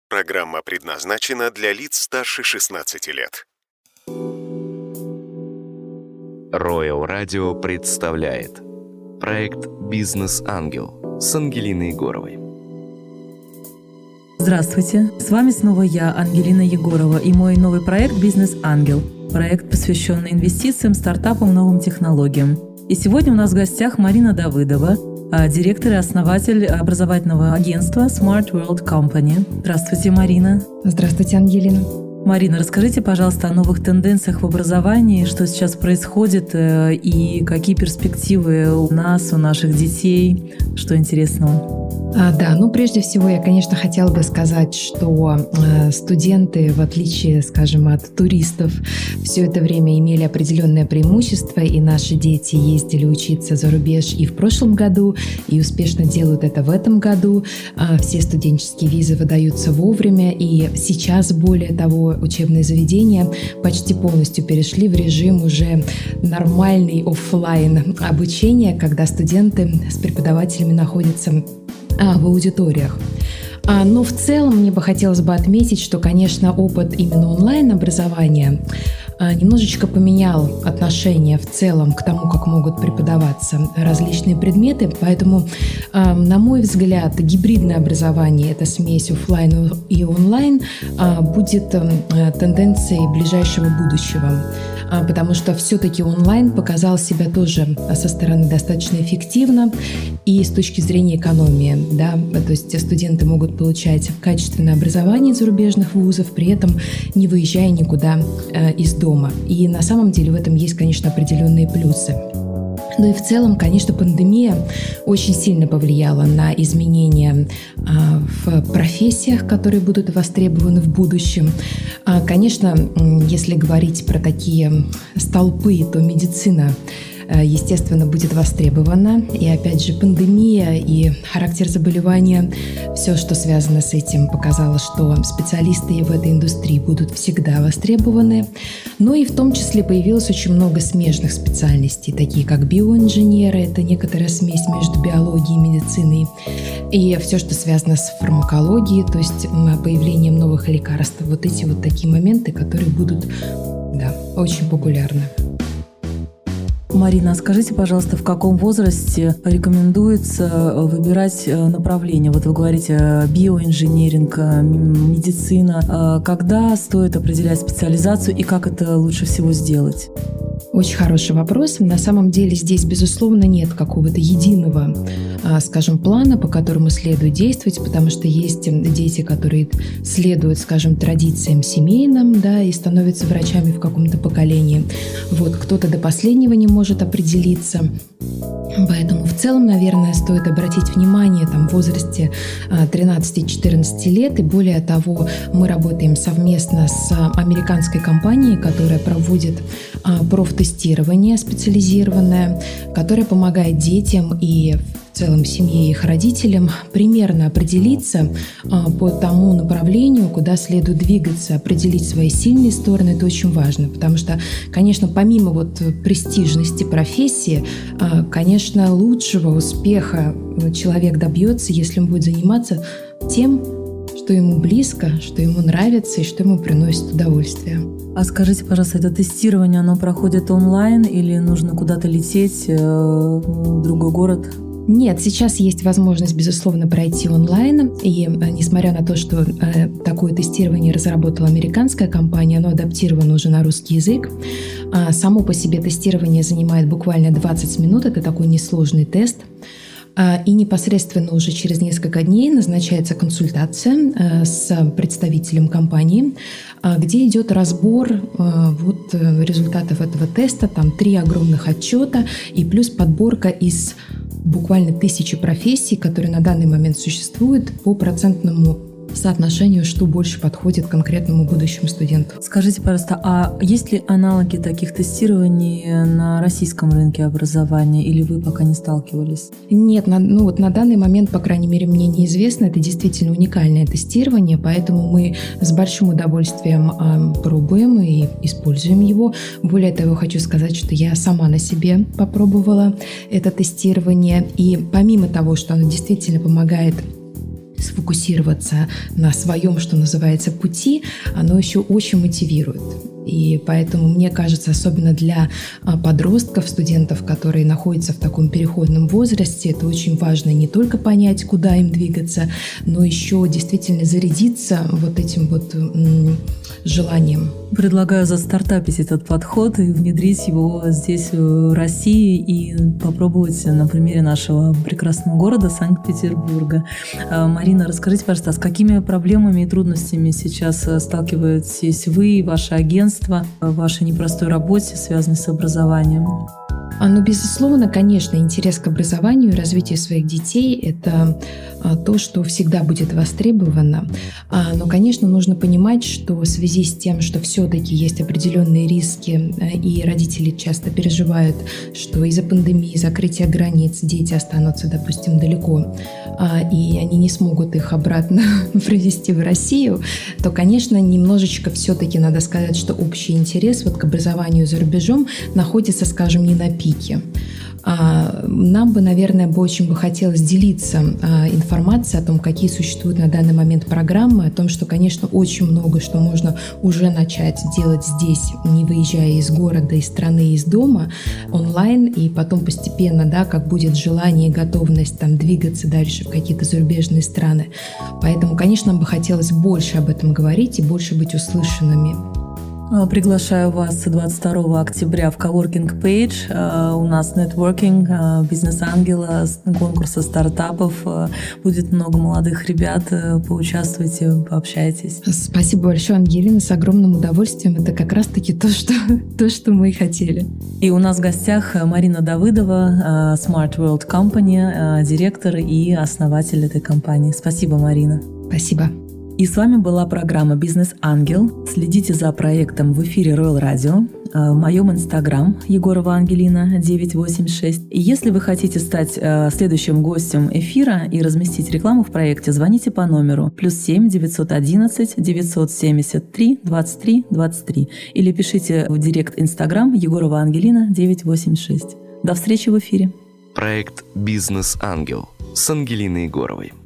Программа предназначена для лиц старше 16 лет. Royal Radio представляет проект «Бизнес-ангел» с Ангелиной Егоровой. Здравствуйте, с вами снова я, Ангелина Егорова, и мой новый проект «Бизнес-ангел». Проект, посвященный инвестициям, стартапам, новым технологиям. И сегодня у нас в гостях Марина Давыдова, директор и основатель образовательного агентства Smart World Company. Здравствуйте, Марина. Здравствуйте, Ангелина. Марина, расскажите, пожалуйста, о новых тенденциях в образовании, что сейчас происходит и какие перспективы у нас, у наших детей, что интересного? Прежде всего я, конечно, хотела бы сказать, что студенты, в отличие, скажем, от туристов, все это время имели определенное преимущество, и наши дети ездили учиться за рубеж и в прошлом году, и успешно делают это в этом году. Все студенческие визы выдаются вовремя, и сейчас, более того, учебные заведения почти полностью перешли в режим уже нормальный офлайн обучения, когда студенты с преподавателями находятся в аудиториях. Но в целом мне бы хотелось бы отметить, что, конечно, опыт именно онлайн-образования немножечко поменял отношение в целом к тому, как могут преподаваться различные предметы. Поэтому, на мой взгляд, гибридное образование, это смесь офлайн и онлайн, будет тенденцией ближайшего будущего. Потому что все-таки онлайн показал себя тоже со стороны достаточно эффективно и с точки зрения экономии. Да? То есть студенты могут получать качественное образование из зарубежных вузов, при этом не выезжая никуда из дома. И на самом деле в этом есть, конечно, определенные плюсы. Ну и в целом, конечно, пандемия очень сильно повлияла на изменения в профессиях, которые будут востребованы в будущем. Конечно, если говорить про такие столпы, то медицина, естественно, будет востребована. И опять же, пандемия и характер заболевания, все, что связано с этим, показало, что специалисты в этой индустрии будут всегда востребованы. Но и в том числе появилось очень много смежных специальностей, такие как биоинженеры, это некоторая смесь между биологией и медициной, и все, что связано с фармакологией, то есть появлением новых лекарств. Вот эти вот такие моменты, которые будут, очень популярны. Марина, скажите, пожалуйста, в каком возрасте рекомендуется выбирать направление? Вот вы говорите биоинженеринг, медицина. Когда стоит определять специализацию и как это лучше всего сделать? Очень хороший вопрос. На самом деле здесь, безусловно, нет какого-то единого, скажем, плана, по которому следует действовать, потому что есть дети, которые следуют, скажем, традициям семейным, и становятся врачами в каком-то поколении. Вот кто-то до последнего не может определиться. Поэтому в целом, наверное, стоит обратить внимание в возрасте 13-14 лет. И более того, мы работаем совместно с американской компанией, которая проводит профтестирование специализированное, которое помогает детям и в целом семье и их родителям примерно определиться по тому направлению, куда следует двигаться, определить свои сильные стороны. Это очень важно, потому что, конечно, помимо престижности профессии, конечно, лучшего успеха человек добьется, если он будет заниматься тем, что ему близко, что ему нравится и что ему приносит удовольствие. А скажите, пожалуйста, это тестирование, оно проходит онлайн или нужно куда-то лететь в другой город? Нет, сейчас есть возможность, безусловно, пройти онлайн. И несмотря на то, что такое тестирование разработала американская компания, оно адаптировано уже на русский язык. Само по себе тестирование занимает буквально 20 минут. Это такой несложный тест. И непосредственно уже через несколько дней назначается консультация с представителем компании, где идет разбор результатов этого теста. Там 3 огромных отчета и плюс подборка из буквально 1000 профессий, которые на данный момент существуют по процентному соотношению, что больше подходит конкретному будущему студенту. Скажите, пожалуйста, а есть ли аналоги таких тестирований на российском рынке образования, или вы пока не сталкивались? Нет, на данный момент, по крайней мере, мне неизвестно. Это действительно уникальное тестирование, поэтому мы с большим удовольствием пробуем и используем его. Более того, хочу сказать, что я сама на себе попробовала это тестирование, и помимо того, что оно действительно помогает сфокусироваться на своем, что называется, пути, оно еще очень мотивирует. И поэтому, мне кажется, особенно для подростков, студентов, которые находятся в таком переходном возрасте, это очень важно не только понять, куда им двигаться, но еще действительно зарядиться вот этим вот желанием. Предлагаю застартапить этот подход и внедрить его здесь, в России, и попробовать на примере нашего прекрасного города Санкт-Петербурга. Марина, расскажите, пожалуйста, с какими проблемами и трудностями сейчас сталкиваетесь вы и ваше агентство в вашей непростой работе, связанной с образованием? Ну, безусловно, конечно, интерес к образованию и развитию своих детей – это то, что всегда будет востребовано. Но, конечно, нужно понимать, что в связи с тем, что все-таки есть определенные риски, и родители часто переживают, что из-за пандемии, закрытия границ дети останутся, допустим, далеко, и они не смогут их обратно привезти в Россию, то, конечно, немножечко все-таки надо сказать, что общий интерес вот к образованию за рубежом находится, скажем, не на пике. Нам бы, наверное, очень бы хотелось делиться информацией о том, какие существуют на данный момент программы, о том, что, конечно, очень много что можно уже начать делать здесь, не выезжая из города, из страны, из дома, онлайн, и потом постепенно, да, как будет желание и готовность там двигаться дальше в какие-то зарубежные страны. Поэтому, конечно, нам бы хотелось больше об этом говорить и больше быть услышанными. Приглашаю вас 22 октября в Coworking Page. У нас нетворкинг, бизнес-ангела, конкурса стартапов. Будет много молодых ребят. Поучаствуйте, пообщайтесь. Спасибо большое, Ангелина. С огромным удовольствием. Это как раз-таки то, что мы и хотели. И у нас в гостях Марина Давыдова, Smart World Company, директор и основатель этой компании. Спасибо, Марина. Спасибо. И с вами была программа «Бизнес-ангел». Следите за проектом в эфире Royal Radio, в моем инстаграм Егорова Ангелина 986. И если вы хотите стать следующим гостем эфира и разместить рекламу в проекте, звоните по номеру +7 911 973 23 23 или пишите в директ инстаграм Егорова Ангелина 986. До встречи в эфире. Проект «Бизнес-ангел» с Ангелиной Егоровой.